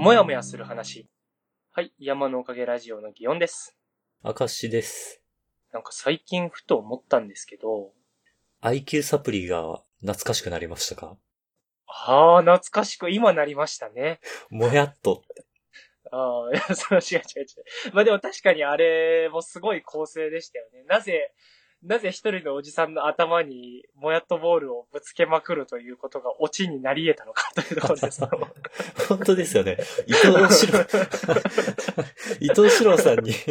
もやもやする話。はい、山のおかげラジオの祇園です。 明石です。 なんか最近ふと思ったんですけど、 IQ サプリが懐かしくなりましたか？ 懐かしく今なりましたね。 もやっと。 いや、違う違う違う。まあでも確かにあれもすごい構成でしたよね。なぜ一人のおじさんの頭にもやっとボールをぶつけまくるということがオチになり得たのかというところですけど。 本当ですよね。伊藤四郎さんに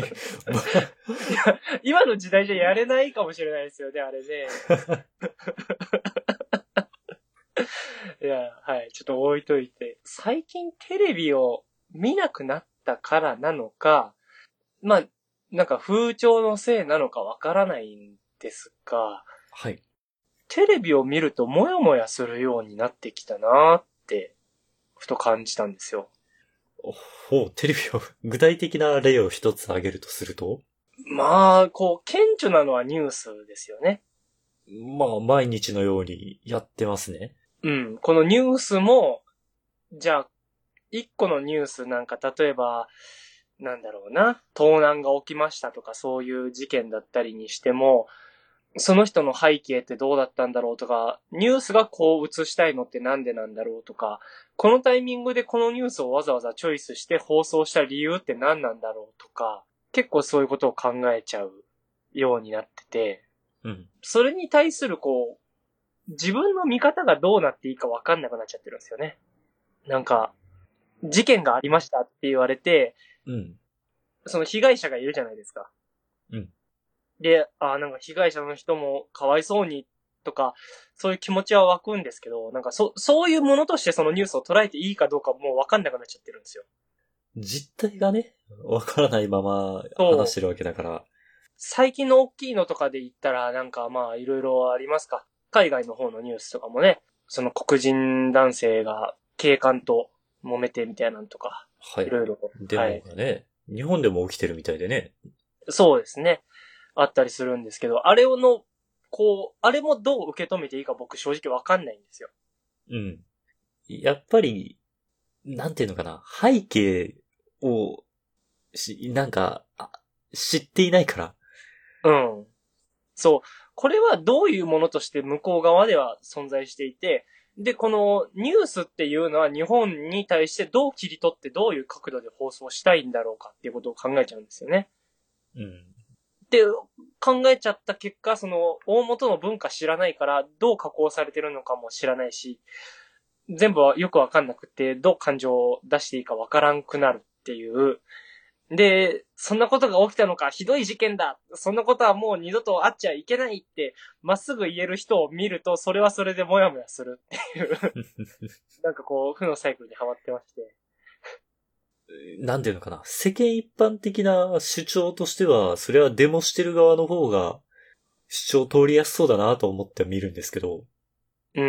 今の時代じゃやれないかもしれないですよね、あれね。いや、はい、ちょっと置いといて。最近テレビを見なくなったからなのか、まあ、なんか風潮のせいなのかわからないんですが、 はい。 テレビを見るとモヤモヤするようになってきたなーって、ふと感じたんですよ。 テレビを、具体的な例を一つ挙げるとすると、 まあ、こう、顕著なのはニュースですよね。 まあ、毎日のようにやってますね。 うん。このニュースも、じゃあ、一個のニュースなんか、例えば、なんだろうな、盗難が起きましたとかそういう事件だったりにしても、その人の背景ってどうだったんだろうとか、ニュースがこう映したいのってなんでなんだろうとか、このタイミングでこのニュースをわざわざチョイスして放送した理由って何なんだろうとか、結構そういうことを考えちゃうようになってて、 うん。 それに対するこう、自分の見方がどうなっていいかわかんなくなっちゃってるんですよね。なんか、事件がありましたって言われて、 うん。 その被害者がいるじゃないですか。 うん。 で、なんか被害者の人もかわいそうにとか、そういう気持ちは湧くんですけど、なんかそういうものとしてそのニュースを捉えていいかどうかもうわかんなくなっちゃってるんですよ。 実態がね、わからないまま話そう。 してるわけだから。 最近の大きいのとかで言ったら、なんかまあいろいろありますか。海外の方のニュースとかもね、その黒人男性が警官と揉めてみたいなのとか、 はい。 いろいろ、 デモはい。 がね、日本でも起きてるみたいでね。 そうですね。あったりするんですけど、あれの、こう、あれもどう受け止めていいか僕正直わかんないんですよ。 うん。やっぱり、なんていうのかな、背景をなんか、知っていないから。 うん。そう。これはどういうものとして向こう側では存在していて、で、このニュースっていうのは日本に対してどう切り取ってどういう角度で放送したいんだろうかっていうことを考えちゃうんですよね。 うん。 で、考えちゃった結果、その大元の文化知らないからどう加工されてるのかも知らないし、全部はよくわかんなくて、どう感情を出していいかわからんくなるっていう。で、そんなことが起きたのか、ひどい事件だ。そんなことはもう二度と会っちゃいけないって、まっすぐ言える人を見ると、それはそれでもやもやするっていう、なんかこう、負のサイクルにはまってまして。 なんていうのかな。世間一般的な主張としては、それはデモしてる側の方が主張通りやすそうだなと思って見るんですけど、 うん。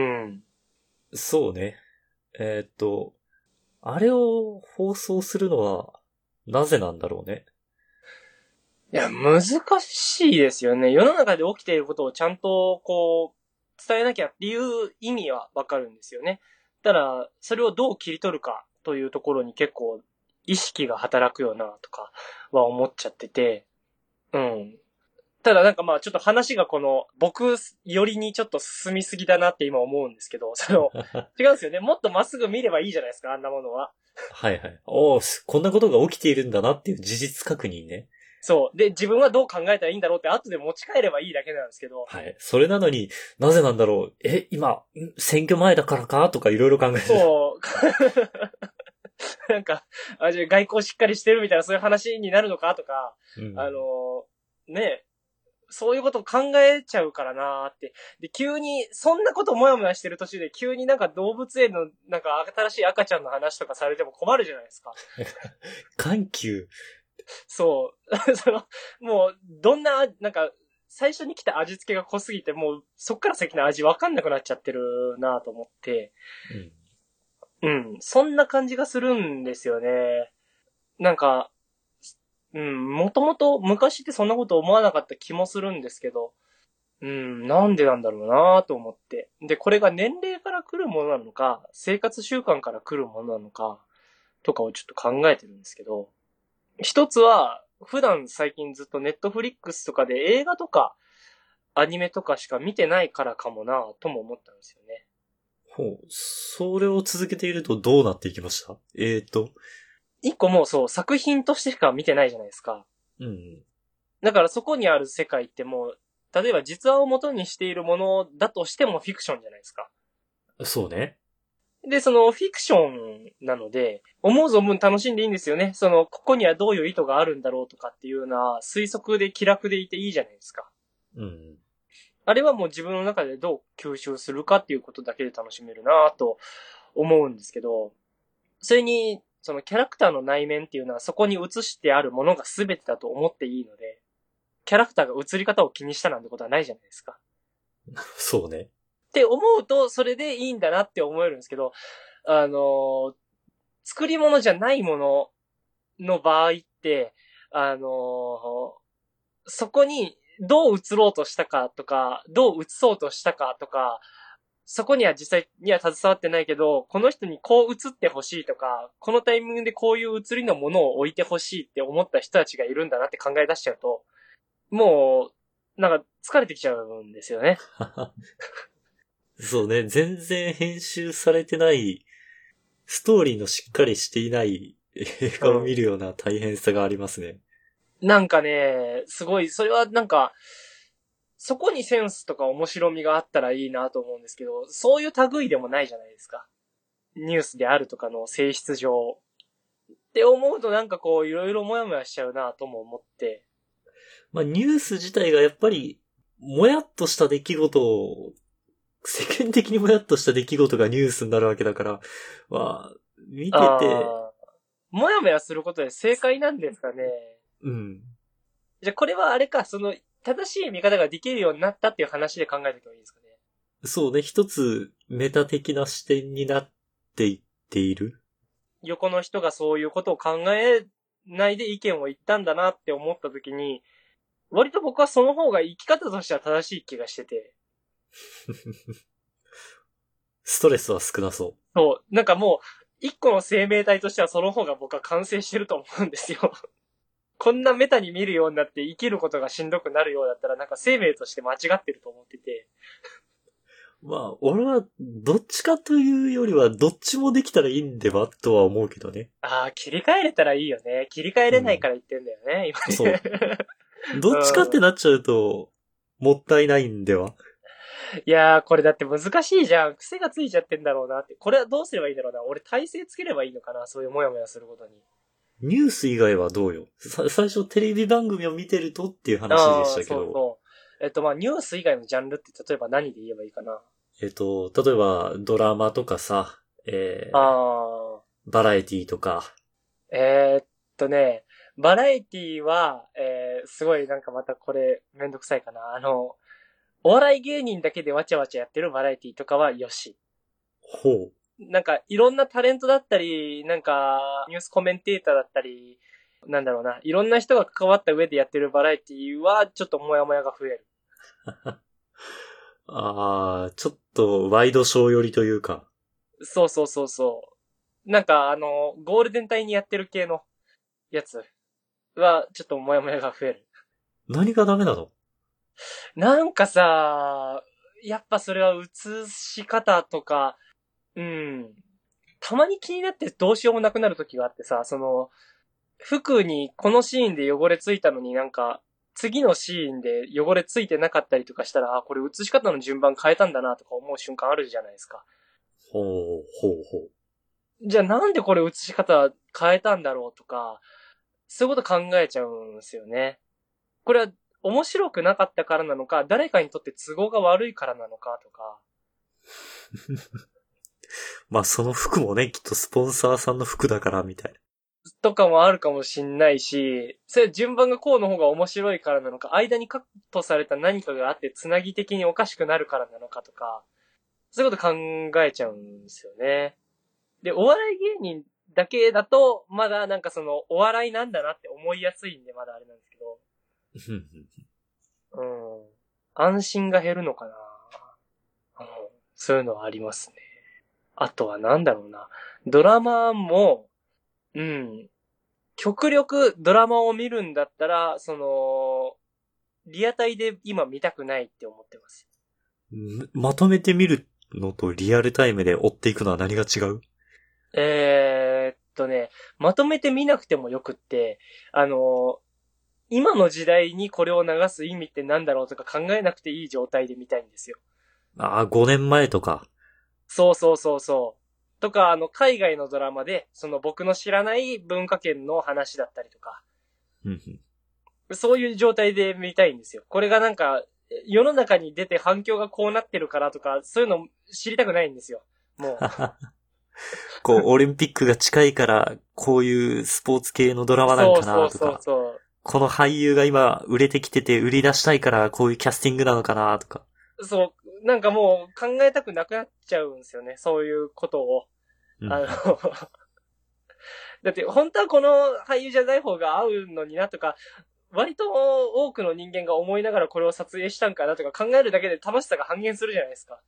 そうね。えーっと、あれを放送するのは、なぜなんだろうね。 いや、難しいですよね。世の中で起きていることをちゃんと、こう、伝えなきゃっていう意味はわかるんですよね。ただ、それをどう切り取るかというところに結構意識が働くよなとかは思っちゃってて、うん。ただなんかまあちょっと話がこの僕よりにちょっと進みすぎだなって今思うんですけど、違うんですよね。もっとまっすぐ見ればいいじゃないですか、あんなものは。 はいはい。おー、こんなことが起きているんだなっていう事実確認ね。 そう。で、自分はどう考えたらいいんだろうって後で持ち帰ればいいだけなんですけど、 はい。それなのになぜなんだろう。今、選挙前だからかとかいろいろ考えてた。 そう。なんか、じゃあ外交しっかりしてるみたいなそういう話になるのかとか、 うん。 ね、そういうことを考えちゃうからなーって。で、急に、そんなこともやもやしてる途中で急になんか動物園のなんか新しい赤ちゃんの話とかされても困るじゃないですか。 緩急。 そう。もう、どんな、なんか、最初に来た味付けが濃すぎて、もう、そっから先の味わかんなくなっちゃってるなと思って、 うん。 うん、そんな感じがするんですよね。なんか、うん、もともと昔ってそんなこと思わなかった気もするんですけど、うん、なんでなんだろうなと思って。で、これが年齢から来るものなのか、生活習慣から来るものなのか、 とかをちょっと考えてるんですけど、一つは、普段最近ずっとネットフリックスとかで映画とかアニメとかしか見てないからかもなとも思ったんですよね。 ほう。それを続けているとどうなっていきました？ 一個もうそう、作品としてしか見てないじゃないですか。 うん。 だからそこにある世界ってもう、例えば実話を元にしているものだとしてもフィクションじゃないですか。 そうね。 で、そのフィクションなので、思う存分楽しんでいいんですよね。ここにはどういう意図があるんだろうとかっていうような推測で気楽でいていいじゃないですか。 うん。 あれはもう自分の中でどう吸収するかっていうことだけで楽しめるなと思うんですけど、それに、そのキャラクターの内面っていうのはそこに映してあるものが全てだと思っていいので、キャラクターが映り方を気にしたなんてことはないじゃないですか。 そうね。 って思うと、それでいいんだなって思えるんですけど、作り物じゃないものの場合って、そこにどう映ろうとしたかとか、どう映そうとしたかとか、そこには実際には携わってないけど、この人にこう映ってほしいとか、このタイミングでこういう映りのものを置いてほしいって思った人たちがいるんだなって考え出しちゃうと、もう、なんか疲れてきちゃうんですよね。 そうね。全然編集されてない、ストーリーのしっかりしていない映画を見るような大変さがありますね。 なんかね、すごい、それはなんか、そこにセンスとか面白みがあったらいいなと思うんですけど、そういう類でもないじゃないですか。ニュースであるとかの性質上。って思うとなんかこう、いろいろモヤモヤしちゃうなとも思って。 まあ、ニュース自体がやっぱり、もやっとした出来事を、世間的にもやっとした出来事がニュースになるわけだから、まあ、見てて、 モヤモヤすることで正解なんですかね。 うん。 じゃあこれはあれか、正しい見方ができるようになったっていう話で考えておけばいいですかね。 そうね、一つメタ的な視点になっていっている。 横の人がそういうことを考えないで意見を言ったんだなって思った時に、割と僕はその方が生き方としては正しい気がしてて。 ストレスは少なそそう、なんかもう、一個の生命体としてはその方が僕は完成してると思うんですよ。こんなメタに見るようになって生きることがしんどくなるようだったらなんか生命として間違ってると思ってて。 う。まあ、俺はどっちかというよりはどっちもできたらいいんではとは思うけどね。 ああ、切り替えれたらいいよね。切り替えれないから言ってんだよね、今ね。 そう。どっちかってなっちゃうと、もったいないんでは。 いやー、これだって難しいじゃん。癖がついちゃってんだろうなって。これはどうすればいいんだろうな。俺体勢つければいいのかな、そういうモヤモヤすることに。 ニュース以外はどうよ。最初テレビ番組を見てるとっていう話でしたけそうど。 そう。まあ、ニュース以外のジャンルって例えば何で言えばいいかな。 例えばドラマとかさ、バラエティとか。 ーっね、バラエティは、すごいなんかまたこれめんどくさいかな。お笑い芸人だけでわちゃわちゃやってるバラエティとかはよし。 ほう。 なんかいろんなタレントだったり、なんかニュースコメンテーターだったり、なんだろうな、いろんな人が関わった上でやってるバラエティはちょっとモヤモヤが増える。 ああ、ちょっとワイドショー寄りというか。 そうそうそうそう。なんかゴールデン帯にやってる系のやつはちょっとモヤモヤが増える。 何がダメなの？ なんかさ、やっぱそれは映し方とか、うん。たまに気になってどうしようもなくなる時があってさ、服にこのシーンで汚れついたのになんか、次のシーンで汚れついてなかったりとかしたら、あ、これ映し方の順番変えたんだなとか思う瞬間あるじゃないですか。 ほう、ほう、ほう。 じゃあなんでこれ映し方変えたんだろうとか、そういうこと考えちゃうんですよね。これは面白くなかったからなのか、誰かにとって都合が悪いからなのかとか。 まあその服もね、きっとスポンサーさんの服だからみたいな。 とかもあるかもしんないし、それ順番がこうの方が面白いからなのか、間にカットされた何かがあってつなぎ的におかしくなるからなのかとか、そういうこと考えちゃうんですよね。で、お笑い芸人だけだと、まだなんかお笑いなんだなって思いやすいんで、まだあれなんですけど、うん。安心が減るのかな、うん、そういうのはありますね。あとはなんだろうな。ドラマも、 うん。極力ドラマを見るんだったら、リアタイで今見たくないって思ってます。 まとめて見るのとリアルタイムで追っていくのは何が違う？ まとめて見なくてもよくって、今の時代にこれを流す意味って何だろうとか考えなくていい状態で見たいんですよ。 ああ、5年前とか。 そうそうそうそう。とか、海外のドラマで、僕の知らない文化圏の話だったりとか、 うんそういう状態で見たいんですよ。これがなんか、世の中に出て反響がこうなってるからとか、そういうの知りたくないんですよ。もう。 こう、オリンピックが近いから、こういうスポーツ系のドラマなんかそうそうそうなとか、 そこの俳優が今売れてきてて売り出したいからこういうキャスティングなのかなとか。 う。そう。なんかもう考えたくなくなっちゃうんですよね。そういうことを。 うん、 あのだって本当はこの俳優じゃない方が合うのになとか、割と多くの人間が思いながらこれを撮影したんかなとか考えるだけで楽しさが半減するじゃないですか。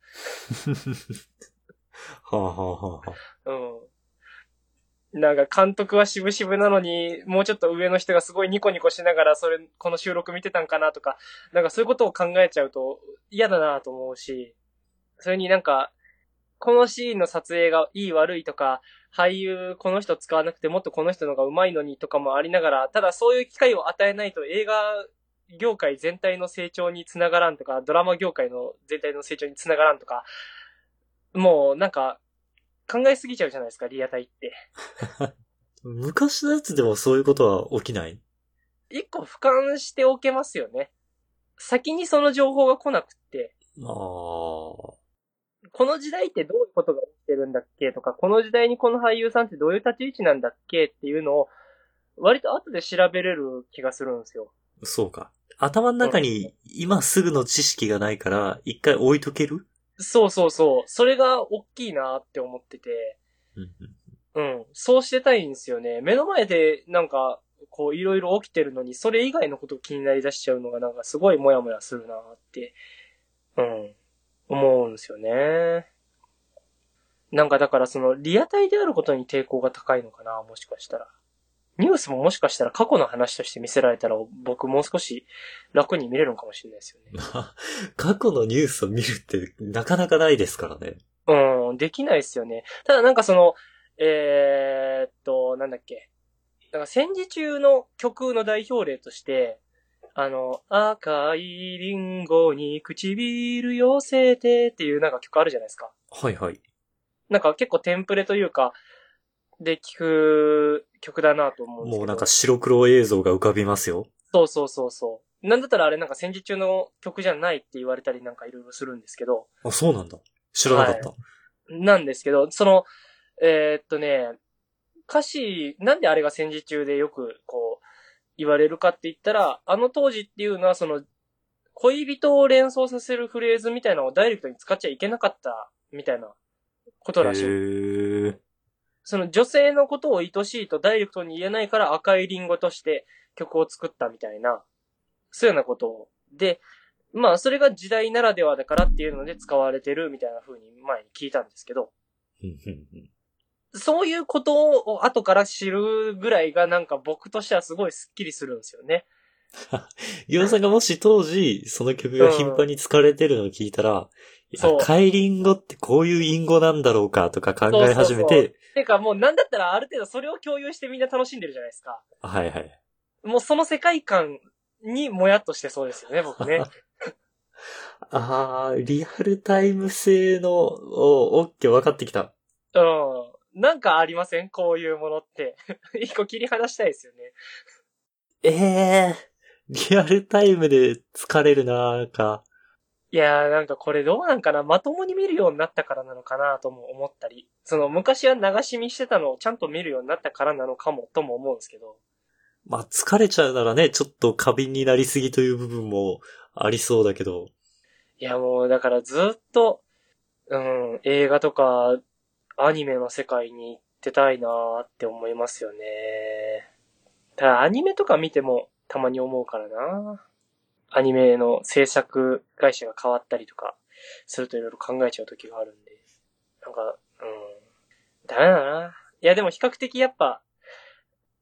はあはあはあはあ。 うん。なんか監督は渋々なのに、もうちょっと上の人がすごいニコニコしながらこの収録見てたんかなとか、なんかそういうことを考えちゃうと嫌だなと思うし、それになんか、このシーンの撮影がいい悪いとか、俳優この人使わなくてもっとこの人のが上手いのにとかもありながら、ただそういう機会を与えないと映画業界全体の成長につながらんとか、ドラマ業界の全体の成長につながらんとか、もうなんか考えすぎちゃうじゃないですか、リアタイって。 昔のやつでもそういうことは起きない？ 一個俯瞰しておけますよね。先にその情報が来なくって、 ああ。 この時代ってどういうことが起きてるんだっけとか、この時代にこの俳優さんってどういう立ち位置なんだっけっていうのを、割と後で調べれる気がするんですよ。 そうか。頭のうん。 中に今すぐの知識がないから一回置いとける？ そうそうそう。それが大きいなって思ってて、 うんうん。そうしてたいんですよね。目の前でなんか、こういろいろ起きてるのに、それ以外のこと気になりだしちゃうのがなんかすごいモヤモヤするなって、うん。思うんですよね。なんかだからリアタイであることに抵抗が高いのかな、もしかしたら。ニュースももしかしたら過去の話として見せられたら僕もう少し楽に見れるのかもしれないですよね。 うん。過去のニュースを見るってなかなかないですからね。 うん、できないですよね。ただなんかなんだっけ。なんか戦時中の曲の代表例として、赤いリンゴに唇寄せてっていうなんか曲あるじゃないですか。 はいはい。 なんか結構テンプレというか、で聞く曲だなと思うんですもうなんかけど。 白黒映像が浮かびますよ。 そうそうそうそう。なんだったらあれなんか戦時中の曲じゃないって言われたりなんかいろいろするんですけど。 あ、そうなんだ。知らなかはい。 った。 なんですけど、えーっとね、歌詞、なんであれが戦時中でよくこう言われるかって言ったら、あの当時っていうのは恋人を連想させるフレーズみたいなのをダイレクトに使っちゃいけなかったみたいなことらしい。 へえ。 その女性のことを愛しいとダイレクトに言えないから赤いリンゴとして曲を作ったみたいな、そういうようなことを。で、まあそれが時代ならではだからっていうので使われてるみたいな風に前に聞いたんですけど、そういうことを後から知るぐらいがなんか僕としてはすごいスッキリするんですよね。 ユウさんがもし当時、その曲が頻繁に使われてるのを聞いたら、 そう。 赤いリンゴってこういう隠語なんだろうかとか考そうえそうそう。 始めて、 てかもうなんだったらある程度それを共有してみんな楽しんでるじゃないですか。 はいはい。 もうその世界観にもやっとしてそうですよね、僕ね。 ああ、リアルタイム性の、オッケー分かってきた。 うん。なんかありませんこういうものって。一個切り離したいですよね。 ええー、リアルタイムで疲れるな、なんか。 いやーなんかこれどうなんかなまともに見るようになったからなのかなとも思ったり。昔は流し見してたのをちゃんと見るようになったからなのかもとも思うんですけど。 まあ、疲れちゃうならね、ちょっと過敏になりすぎという部分もありそうだけど。 いやもうだからずっと、うん、映画とかアニメの世界に行ってたいなーって思いますよね。ただアニメとか見てもたまに思うからな。アニメの制作会社が変わったりとかするといろいろ考えちゃう時があるんで。なんか、うん。ダメだな。いやでも比較的やっぱ、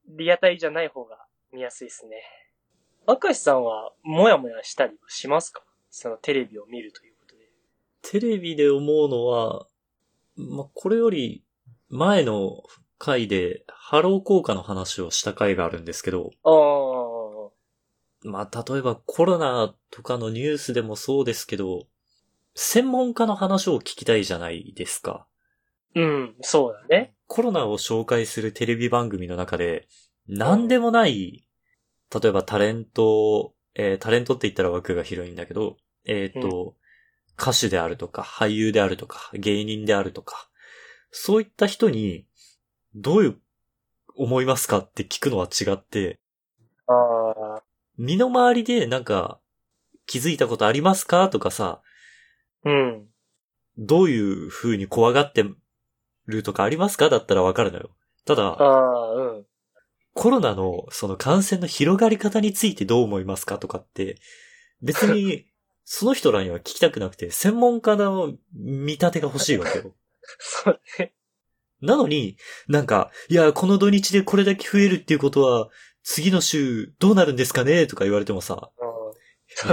リアタイじゃない方が見やすいですね。明石さんは、もやもやしたりはしますか？そのテレビを見るということで。 テレビで思うのは、これより前の回でハロー効果の話をした回があるんですけど、 ああ、 例えばコロナとかのニュースでもそうですけど、専門家の話を聞きたいじゃないですか。 うん、そうだね。 コロナを紹介するテレビ番組の中で、何でもない、例えばタレントって言ったら枠が広いんだけど、歌手であるとか、俳優であるとか、芸人であるとか、そういった人に、どういう思いますかって聞くのは違って、 ああ、 身の回りでなんか、気づいたことありますかとかさ、 うん。 どういう風に怖がってるとかありますかだったらわかるのよ。ただ、 ああ、うん。 コロナのその感染の広がり方についてどう思いますかとかって、別に、その人らには聞きたくなくて、専門家の見立てが欲しいわけよ。 そうね。 なのに、なんか、いや、この土日でこれだけ増えるっていうことは、次の週どうなるんですかねとか言われてもさ、 うん、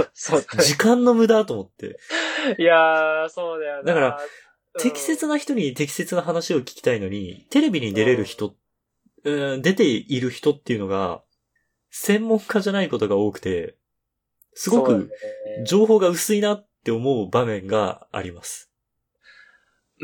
そうだね。 時間の無駄と思って。 いやー、そうだよな。 だから、 うん、 適切な人に適切な話を聞きたいのに、テレビに出れる人、出ている人っていうのが、専門家じゃないことが多くて、すごく情報が薄いなって思う場面があります。 うん。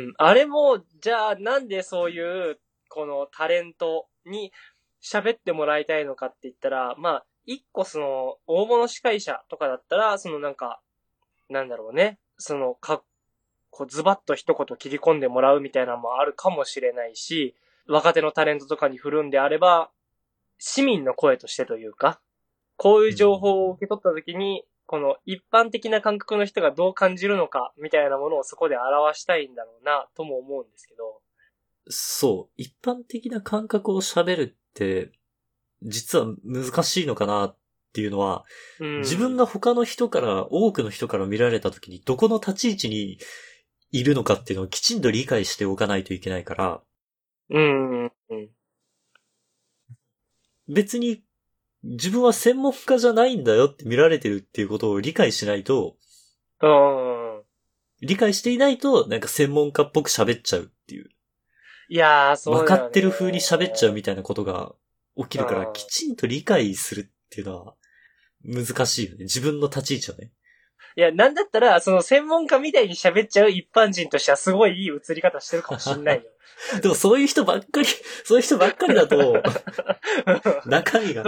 あれも、じゃあなんでそういう、このタレントに喋ってもらいたいのかって言ったら、まあ、一個その、大物司会者とかだったら、そのなんか、なんだろうね。その、こうズバッと一言切り込んでもらうみたいなのもあるかもしれないし、若手のタレントとかに振るんであれば、市民の声としてというか、こういう情報を受け取ったときに、この一般的な感覚の人がどう感じるのか、みたいなものをそこで表したいんだろうな、とも思うんですけど。 そう。一般的な感覚を喋るって、実は難しいのかなっていうのは、自分が他の人から、多くの人から見られた時に、どこの立ち位置にいるのかっていうのをきちんと理解しておかないといけないから、別に自分は専門家じゃないんだよって見られてるっていうことを理解しないと、理解していないと、なんか専門家っぽく喋っちゃうっていう。 いやー、そうだよね。 分かってる風に喋っちゃうみたいなことが起きるから、きちんと理解するっていうのは難しいよね。自分の立ち位置をね。 いや、なんだったら、その専門家みたいに喋っちゃう一般人としてはすごいいい映り方してるかもしんないよ。 でもそういう人ばっかりだと、中身が。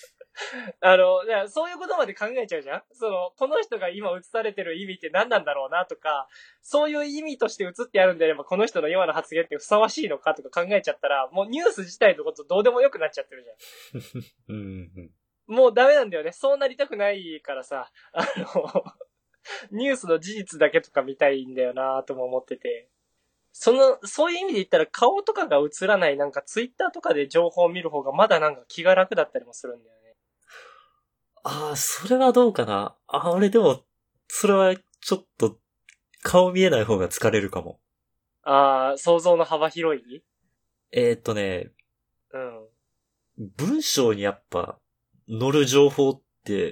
そういうことまで考えちゃうじゃん。この人が今映されてる意味って何なんだろうなとか、そういう意味として映ってあるんであれば、この人の今の発言ってふさわしいのかとか考えちゃったら、もうニュース自体のことどうでもよくなっちゃってるじゃん。もうダメなんだよね。そうなりたくないからさ、ニュースの事実だけとか見たいんだよなとも思ってて。そういう意味で言ったら顔とかが映らないなんかツイッターとかで情報を見る方がまだなんか気が楽だったりもするんだよね。 ああ、それはどうかな。俺でも、それはちょっと顔見えない方が疲れるかも。 想像の幅広い？うん。 文章にやっぱ載る情報って、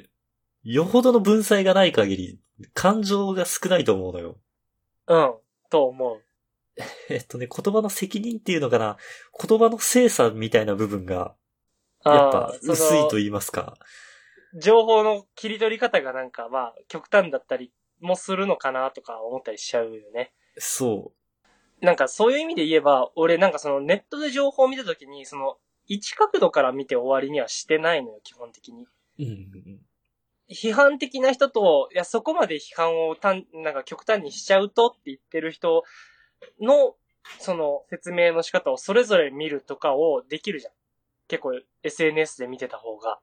よほどの文才がない限り、感情が少ないと思うのよ。 うん。と思う。 言葉の責任っていうのかな。言葉の精査みたいな部分が、やっぱ薄いと言いますか。 情報の切り取り方がなんかまあ極端だったりもするのかなとか思ったりしちゃうよね。 そう。 なんかそういう意味で言えば、俺なんかネットで情報を見たときに、一角度から見て終わりにはしてないのよ、基本的に。批判的な人と、いや、そこまで批判をなんか極端にしちゃうとって言ってる人の、説明の仕方をそれぞれ見るとかをできるじゃん。結構 SNS で見てた方が。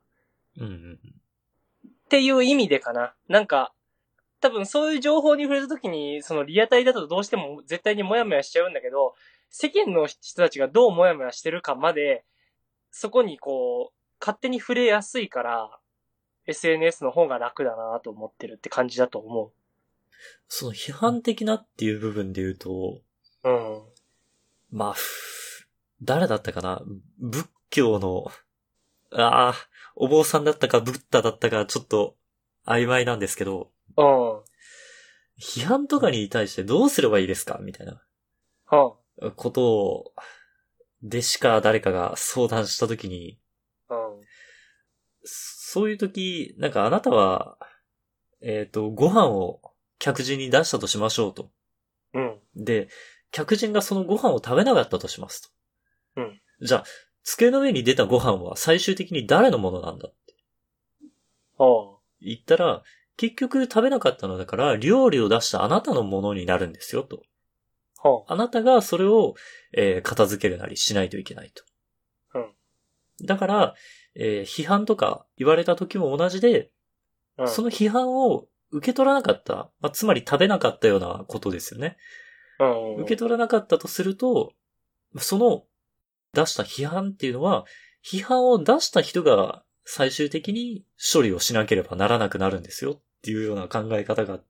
っていう意味でかな。なんか、多分そういう情報に触れた時に、リアタイだとどうしても絶対にモヤモヤしちゃうんだけど、世間の人たちがどうモヤモヤしてるかまで、そこにこう、勝手に触れやすいから、SNS の方が楽だなと思ってるって感じだと思う。 その批判的なっていう部分で言うと、 うん。 誰だったかな、仏教の、お坊さんだったかブッダだったかちょっと曖昧なんですけど、 うん。 批判とかに対してどうすればいいですかみたいなはことを、弟子か誰かが相談したときに、 あ、うん。 そういうとき、なんかあなたは、ご飯を客人に出したとしましょうと。 うん。 で、客人がそのご飯を食べなかったとしますと。 うん。 じゃあ、机の上に出たご飯は最終的に誰のものなんだっては言ったら、結局食べなかったのだから、料理を出したあなたのものになるんですよと。 あ、はあなたがそれを、片付けるなりしないといけないと。 あ、うん。 だから、批判とか言われた時も同じで、 うん。 その批判を受け取らなかった、つまり食べなかったようなことですよね。 うん。 受け取らなかったとすると、その出した批判っていうのは、批判を出した人が最終的に処理をしなければならなくなるんですよっていうような考え方があって、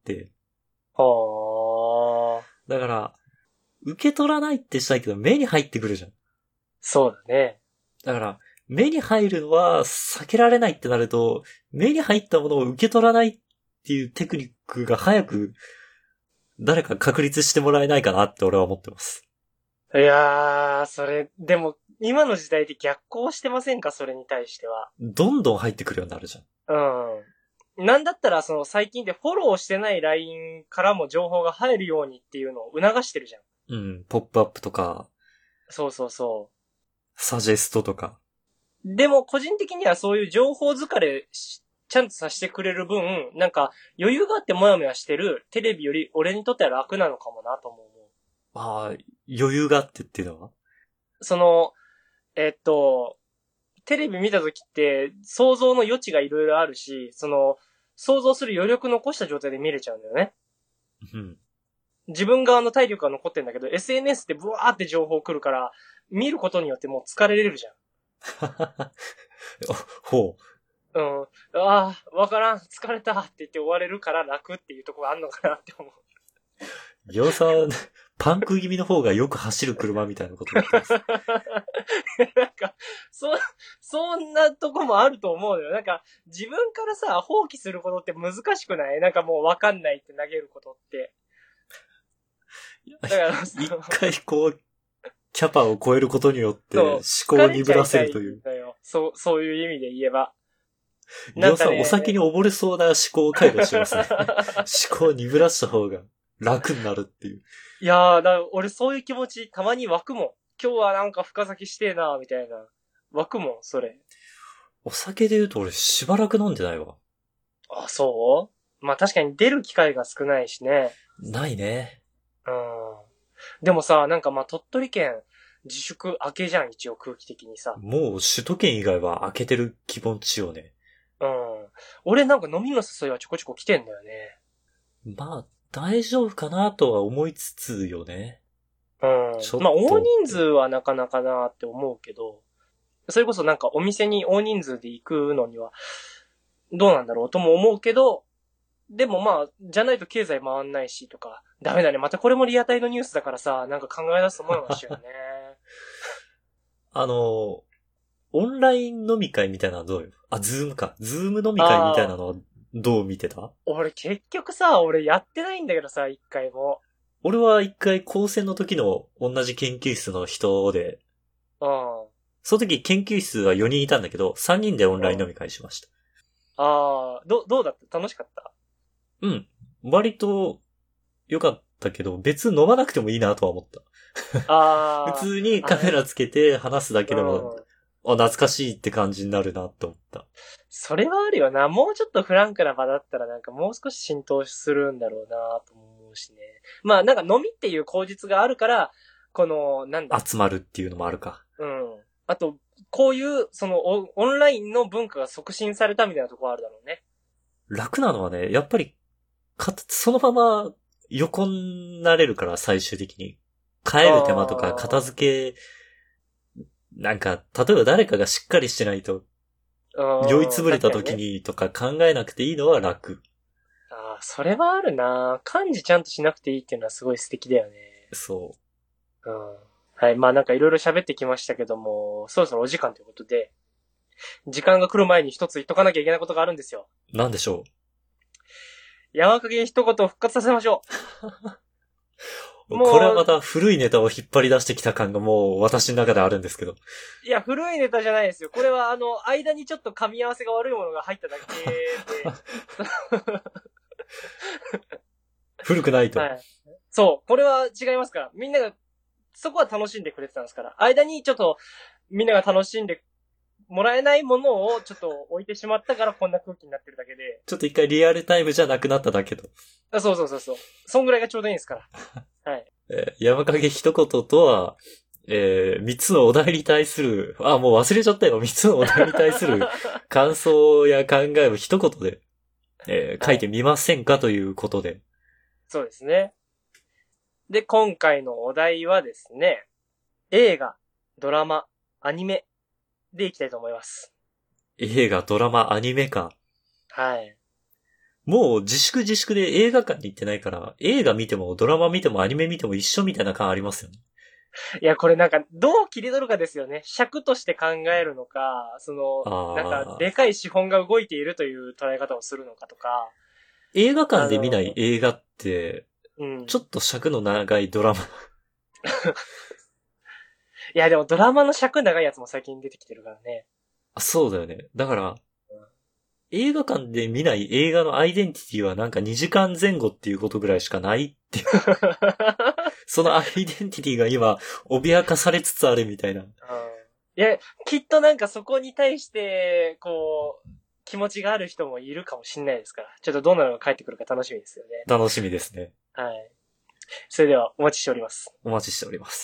はあ、 だから、受け取らないってしたいけど目に入ってくるじゃん。 そうだね。 だから、目に入るのは避けられないってなると、目に入ったものを受け取らないっていうテクニックが早く誰か確立してもらえないかなって俺は思ってます。 いやー、それ、でも、今の時代で逆行してませんか、それに対しては。 どんどん入ってくるようになるじゃん。 うん。なんだったら、その最近でフォローしてない LINE からも情報が入るようにっていうのを促してるじゃん。 うん、ポップアップとか、 そうそうそサジェストとか。 う。でも、個人的にはそういう情報疲れちゃんとさせてくれる分、なんか余裕があってモヤモヤしてるテレビより俺にとっては楽なのかもなとも思う。 余裕があってっていうのはその、えっと、テレビ見た時って想像の余地がいろいろあるし、その、想像する余力残した状態で見れちゃうんだよね。 うん。 自分側の体力が残ってんだけど、SNS でブワーって情報来るから、見ることによってもう疲れれるじゃん。 ほうん。ああ、わからん、疲れたって言って終われるから楽っていうところがあんのかなって思う。 う。ギョウさん、パンク気味の方がよく走る車みたいなこと言ってます。 なんか、そんなとこもあると思うのよ。なんか、自分からさ、放棄することって難しくない？なんかもうわかんないって投げることって。だから一回こう、キャパを超えることによって思考を鈍らせるという。 そういう意味で言えば。 ギョウさん、お酒に溺れそうな思考回路してますね。思考を鈍らした方が楽になるっていう。 いやー、俺そういう気持ちたまに湧くもん。今日はなんか深酒してえなみたいな。湧くもん、それ。 お酒で言うと俺しばらく飲んでないわ。 あ、そうまあ確かに出る機会が少ないしね。 ないね。 うん。でもさ、なんかまあ鳥取県自粛明けじゃん、一応空気的にさ。 もう首都圏以外は開けてる気持ちよね。 うん。俺なんか飲みの誘いはちょこちょこ来てんだよね。 まあ、大丈夫かなとは思いつつよね。 うん。まあ大人数はなかなかなって思うけど、それこそなんかお店に大人数で行くのには、どうなんだろうとも思うけど、でもまあ、じゃないと経済回んないしとか、ダメだね。またこれもリアタイのニュースだからさ、なんか考え出すと思いましたよね。 オンライン飲み会みたいなのはどうよ？ズームか。ズーム飲み会みたいなのはどう見てた？ 俺結局さ、俺やってないんだけどさ、一回も。 俺は一回高専の時の同じ研究室の人で、 うん。 その時研究室は4人いたんだけど、3人でオンライン飲み会しました。 どうだった楽しかった？ うん。割と良かったけど、別に飲まなくてもいいなとは思った。普通にカメラつけて話すだけでも、懐かしいって感じになるなと思った。 それはあるよな。もうちょっとフランクな場だったらなんかもう少し浸透するんだろうなと思うしね。まあなんか飲みっていう口実があるから、この、なんだ。 集まるっていうのもあるか。 うん。あと、こういう、そのオンラインの文化が促進されたみたいなところあるだろうね。 楽なのはね、やっぱり、そのまま横になれるから最終的に。帰る手間とか片付け、なんか、例えば誰かがしっかりしてないと、酔いつぶれた時にとか考えなくていいのは楽。 それはあるな。幹事ちゃんとしなくていいっていうのはすごい素敵だよね。 そう。 うん。 はい。まあなんかいろいろ喋ってきましたけども、そろそろお時間ということで、時間が来る前に一つ言っとかなきゃいけないことがあるんですよ。 なんでしょ山影一言を復活させましょう。 もうこれはまた古いネタを引っ張り出してきた感がもう私の中であるんですけど。 う。いや、古いネタじゃないですよ。これは間にちょっと噛み合わせが悪いものが入っただけで。 古くないと。 はい。そう。これは違いますから。みんなが、そこは楽しんでくれてたんですから。間にちょっと、みんなが楽しんでもらえないものをちょっと置いてしまったからこんな空気になってるだけで。 ちょっと一回リアルタイムじゃなくなっただけと。 そうそうそうそう。そんぐらいがちょうどいいんですから。はい。 山影一言とは、三つのお題に対する、もう忘れちゃったよ。三つのお題に対する感想や考えを一言で、書いてみませんかということで。 そうですね。で、今回のお題はですね、映画、ドラマ、アニメでいきたいと思います。 映画、ドラマ、アニメか。 はい。 もう自粛で映画館に行ってないから、映画見てもドラマ見てもアニメ見ても一緒みたいな感ありますよね。 いや、これなんか、どう切り取るかですよね。尺として考えるのか、なんか、でかい資本が動いているという捉え方をするのかとか。 映画館で見ない映画って、ちょっと尺の長いドラマ。 いや、でもドラマの尺長いやつも最近出てきてるからね。 そうだよね。だから、映画館で見ない映画のアイデンティティはなんか2時間前後っていうことぐらいしかないっていう。そのアイデンティティが今、脅かされつつあるみたいな。いや、きっとなんかそこに対して、気持ちがある人もいるかもしれないですから。ちょっとどんなのが返ってくるか楽しみですよね。 楽しみですね。 はい。それではお待ちしております。 お待ちしております。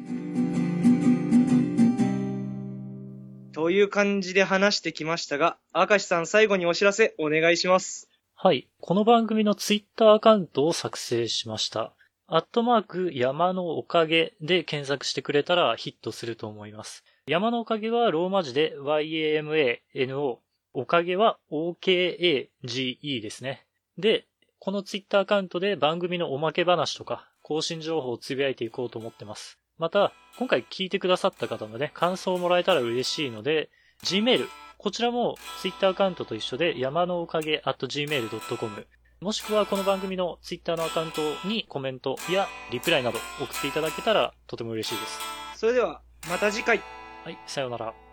という感じで話してきましたが、明石さん最後にお知らせお願いします。 はい。この番組のツイッターアカウントを作成しました。山のおかげで検索してくれたらヒットすると思います。山のおかげはローマ字で YAMANO。おかげは OKAGE ですね。で、このツイッターアカウントで番組のおまけ話とか更新情報をつぶやいていこうと思ってます。また、今回聞いてくださった方のね、感想をもらえたら嬉しいので、Gmail、こちらも Twitter アカウントと一緒で、山のおかげ @gmail.com、もしくはこの番組の Twitter のアカウントにコメントやリプライなど送っていただけたらとても嬉しいです。 それでは、また次回。 はい、さようなら。